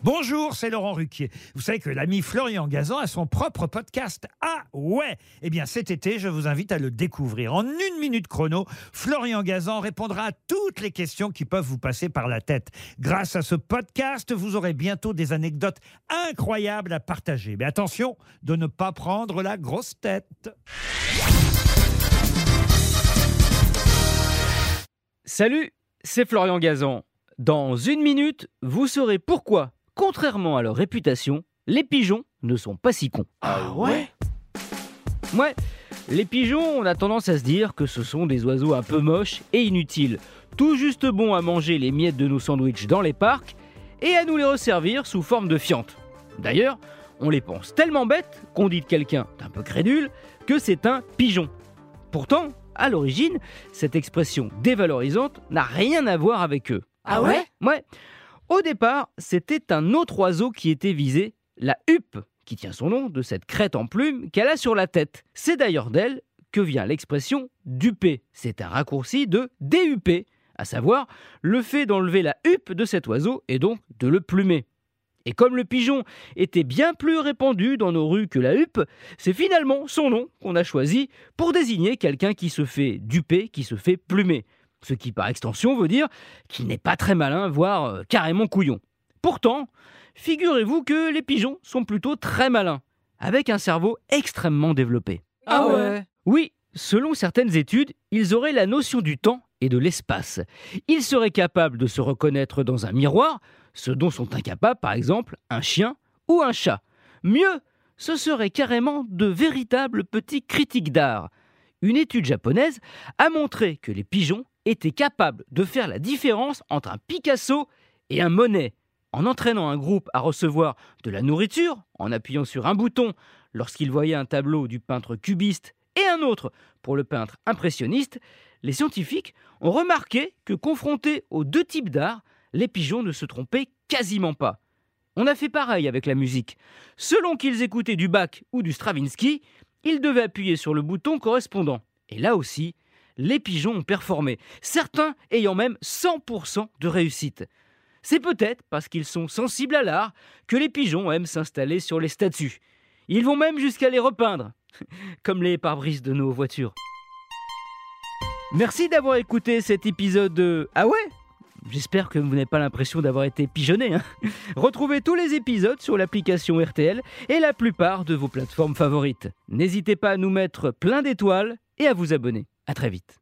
Bonjour, c'est Laurent Ruquier. Vous savez que l'ami Florian Gazan a son propre podcast. Ah ouais! Eh bien cet été, je vous invite à le découvrir. En 1 minute chrono, Florian Gazan répondra à toutes les questions qui peuvent vous passer par la tête. Grâce à ce podcast, vous aurez bientôt des anecdotes incroyables à partager. Mais attention de ne pas prendre la grosse tête. Salut, c'est Florian Gazan. Dans 1 minute, vous saurez pourquoi, contrairement à leur réputation, les pigeons ne sont pas si cons. Ah ouais? Ouais, les pigeons, on a tendance à se dire que ce sont des oiseaux un peu moches et inutiles, tout juste bons à manger les miettes de nos sandwichs dans les parcs et à nous les resservir sous forme de fientes. D'ailleurs, on les pense tellement bêtes qu'on dit de quelqu'un d'un peu crédule que c'est un pigeon. Pourtant, à l'origine, cette expression dévalorisante n'a rien à voir avec eux. Ah ouais? Ouais. Au départ, c'était un autre oiseau qui était visé, la huppe, qui tient son nom de cette crête en plume qu'elle a sur la tête. C'est d'ailleurs d'elle que vient l'expression duper. C'est un raccourci de DUP, à savoir le fait d'enlever la huppe de cet oiseau et donc de le plumer. Et comme le pigeon était bien plus répandu dans nos rues que la huppe, c'est finalement son nom qu'on a choisi pour désigner quelqu'un qui se fait duper, qui se fait plumer. Ce qui, par extension, veut dire qu'il n'est pas très malin, voire carrément couillon. Pourtant, figurez-vous que les pigeons sont plutôt très malins, avec un cerveau extrêmement développé. Ah ouais? Oui, selon certaines études, ils auraient la notion du temps et de l'espace. Ils seraient capables de se reconnaître dans un miroir, ce dont sont incapables, par exemple, un chien ou un chat. Mieux, ce seraient carrément de véritables petits critiques d'art. Une étude japonaise a montré que les pigeons étaient capables de faire la différence entre un Picasso et un Monet, en entraînant un groupe à recevoir de la nourriture, en appuyant sur un bouton lorsqu'ils voyaient un tableau du peintre cubiste et un autre pour le peintre impressionniste. Les scientifiques ont remarqué que confrontés aux deux types d'art, les pigeons ne se trompaient quasiment pas. On a fait pareil avec la musique. Selon qu'ils écoutaient du Bach ou du Stravinsky, ils devaient appuyer sur le bouton correspondant. Et là aussi, les pigeons ont performé, certains ayant même 100% de réussite. C'est peut-être parce qu'ils sont sensibles à l'art que les pigeons aiment s'installer sur les statues. Ils vont même jusqu'à les repeindre, comme les pare-brises de nos voitures. Merci d'avoir écouté cet épisode de... Ah ouais ? J'espère que vous n'avez pas l'impression d'avoir été pigeonné. Retrouvez tous les épisodes sur l'application RTL et la plupart de vos plateformes favorites. N'hésitez pas à nous mettre plein d'étoiles et à vous abonner. À très vite.